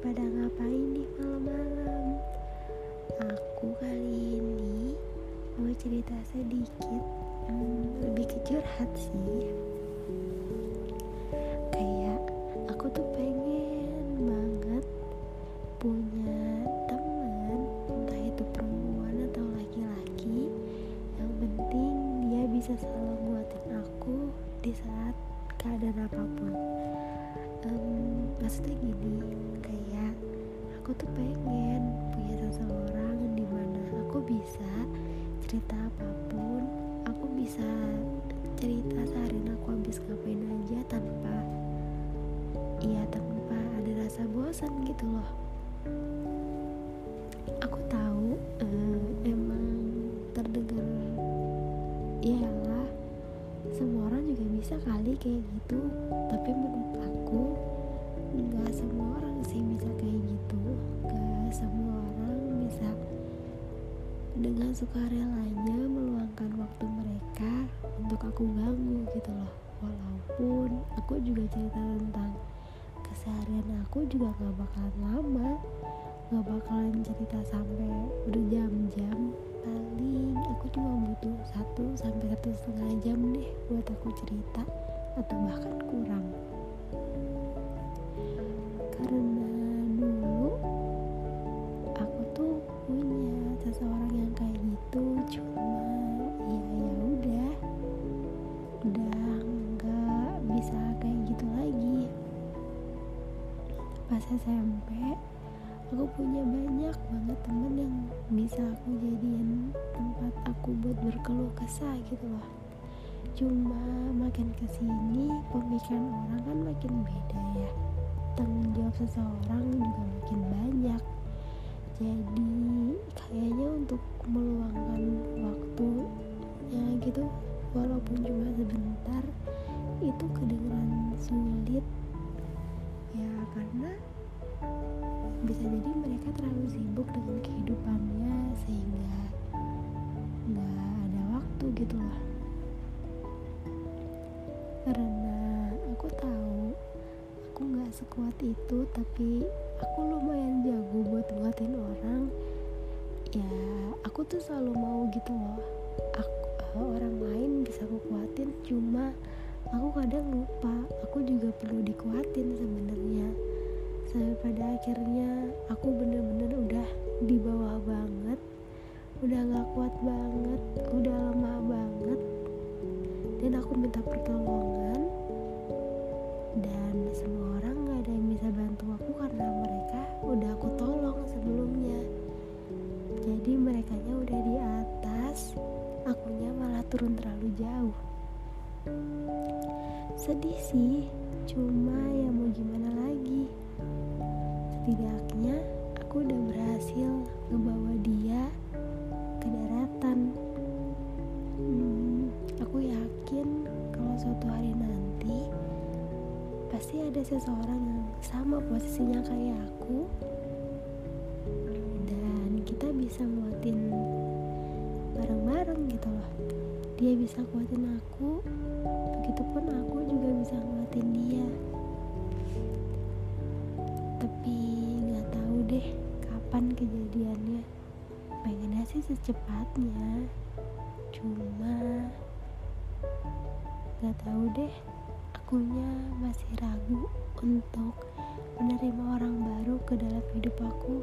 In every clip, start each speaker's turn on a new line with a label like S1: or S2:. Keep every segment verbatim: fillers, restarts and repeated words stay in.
S1: pada ngapain nih malam-malam? Aku kali ini mau cerita sedikit, hmm, lebih ke curhat sih. Kayak aku tuh pengen banget punya teman, entah itu perempuan atau laki-laki. Yang penting dia bisa selalu nguatin aku di saat keadaan apapun. Um, maksudnya gini, kayak aku tuh pengen punya seseorang di mana aku bisa cerita apapun, aku bisa cerita seharian aku habis ngapain aja tanpa, iya tanpa ada rasa bosan gitu loh. Aku tahu uh, emang terdengar, iyalah semua orang juga bisa kali kayak gitu, tapi menurut aku nggak semua orang sih bisa kayak gitu. Nggak semua orang bisa dengan sukarelanya meluangkan waktu mereka untuk aku ganggu gitu loh. Walaupun aku juga cerita tentang keseharian aku juga nggak bakalan lama, nggak bakalan cerita sampai berjam-jam. Paling aku cuma butuh satu sampai satu setengah jam deh buat aku cerita, atau bahkan kurang. Karena dulu aku tuh punya seseorang yang kayak gitu, cuma ya ya udah udah nggak bisa kayak gitu lagi. Pas S M P aku punya banyak banget temen yang bisa aku jadiin tempat aku buat berkeluh kesah gitu loh. Cuma makin kesini pemikiran orang kan makin beda ya, tanggung jawab seseorang juga makin banyak. Jadi kayaknya untuk meluangkan waktunya gitu, walaupun cuma sebentar, itu kedengeran sulit ya, karena bisa jadi mereka terlalu sibuk dengan kehidupannya sehingga nggak ada waktu gitu loh. Karena aku tahu aku nggak sekuat itu, tapi aku lumayan jago buat nguatin orang. Ya aku tuh selalu mau gitu loh, aku, orang lain bisa aku kuatin, cuma aku kadang lupa aku juga perlu dikuatin sebenarnya. Sampai pada akhirnya aku bener-bener udah di bawah banget, udah gak kuat banget, udah lemah banget, dan aku minta pertolongan, dan semua orang gak ada yang bisa bantu aku karena mereka udah aku tolong sebelumnya. Jadi merekanya udah di atas, akunya malah turun terlalu jauh. Sedih sih, cuma ya mau gimana lagi. Setidaknya aku udah berhasil ngebawa dia ke daratan. hmm, Aku yakin kalau suatu hari nanti pasti ada seseorang yang sama posisinya kayak aku, dan kita bisa nguatin bareng-bareng gitu loh. Dia bisa kuatin aku, begitupun aku juga bisa nguatin dia. Tapi gak tahu deh kapan kejadiannya. Pengennya sih secepatnya, cuma gak tahu deh, akunya masih ragu untuk menerima orang baru ke dalam hidup aku.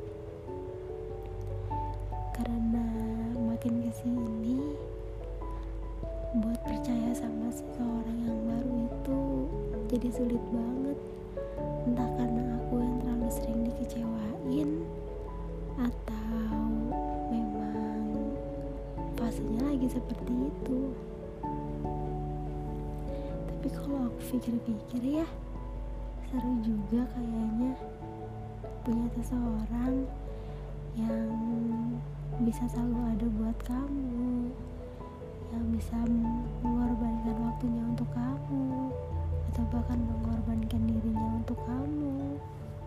S1: Karena makin kesini, buat percaya sama seseorang yang baru itu jadi sulit banget. Entah karena aku yang terlalu sering dikecewain, atau memang fasenya lagi seperti itu. Tapi kalau aku pikir-pikir ya, seru juga kayaknya punya seseorang yang bisa selalu ada buat kamu, yang bisa mengorbankan waktunya untuk kamu, atau bahkan mengorbankan dirinya untuk kamu.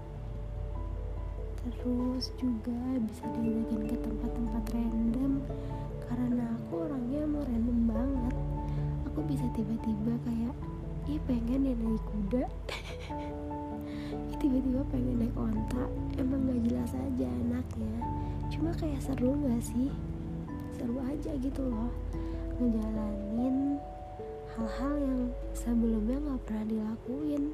S1: Terus juga bisa diajakin ke tempat-tempat random, karena aku orangnya mau random banget. Aku bisa tiba-tiba kayak, ih pengen ya naik kuda. tiba-tiba pengen naik onta. Emang gak jelas aja anaknya, cuma kayak seru gak sih? Seru aja gitu loh, ngejalanin hal-hal yang sebelumnya gak pernah dilakuin.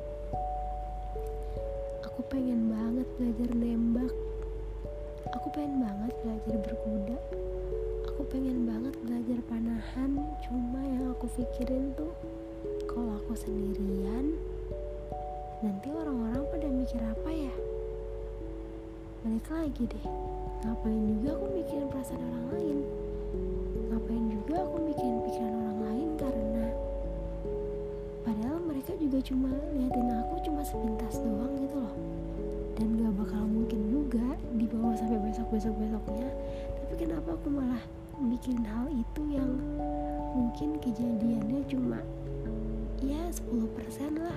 S1: Aku pengen banget belajar nembak, aku pengen banget belajar berkuda, aku pengen banget belajar panahan. Cuma yang aku pikirin tuh, kalau aku sendirian nanti orang-orang pada mikir apa ya? Balik lagi deh, ngapain juga aku mikirin perasaan orang lain? Ngapain juga aku mikirin pikiran orang lain? Karena padahal mereka juga cuma liatin aku cuma sepintas doang gitu loh, dan gak bakal mungkin juga dibawa sampai besok-besok-besoknya. Tapi kenapa aku malah mikirin hal itu yang mungkin kejadiannya cuma ya sepuluh persen lah.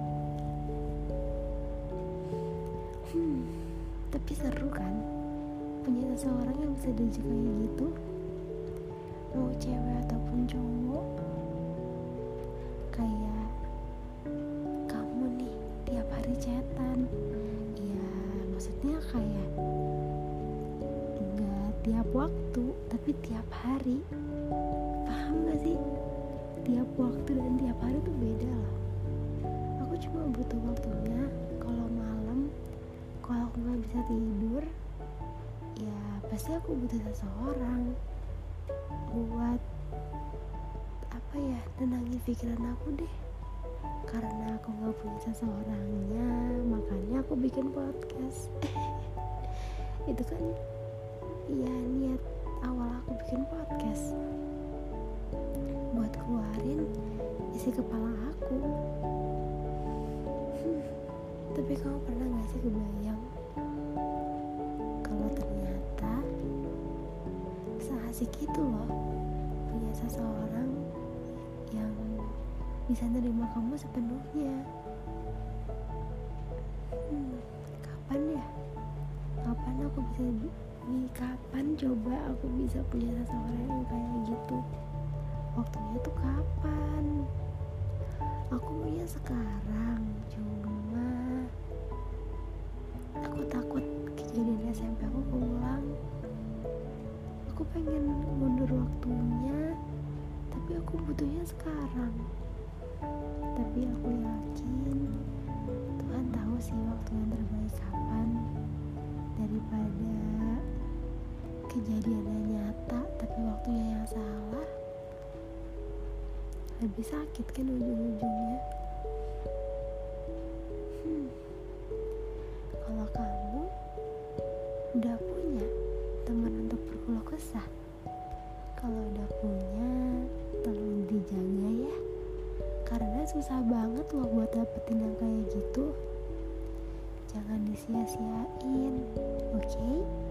S1: Hmm, tapi seru kan punya seseorang yang bisa diajak kayak gitu, mau cewek ataupun cowok. Kayak kamu nih tiap hari chatan, ya maksudnya kayak enggak tiap waktu tapi tiap hari. Paham gak sih? Tiap waktu dan tiap hari tuh beda loh. Aku cuma butuh waktunya kalau malam, kalau aku gak bisa tidur, ya pasti aku butuh seseorang buat apa ya, nenangin pikiran aku deh. Karena aku gak punya seseorangnya, makanya aku bikin podcast. Itu kan ya niat awal aku bikin podcast, buat keluarin isi kepala aku. hmm, Tapi kamu pernah gak sih kebayang kalau ternyata seasik itu loh punya seseorang yang bisa nerima kamu sepenuhnya. hmm, Kapan ya? Kapan aku bisa nih? Kapan coba aku bisa punya seseorang yang kayak gitu? Waktunya tuh kapan? Aku punya sekarang, cuma aku takut kejadian S M P aku keulang. Aku pengen mundur waktunya, tapi aku butuhnya sekarang. Tapi aku yakin Tuhan tahu sih waktu yang terbaik kapan. Daripada kejadiannya nyata tapi waktunya yang salah, lebih sakit kan ujung-ujungnya. hmm. Kalau kamu udah punya teman untuk berkeluh kesah, kalau udah punya, tolong dijaga ya, karena susah banget loh buat dapetin yang kayak gitu. Jangan disia-siain, oke? Okay?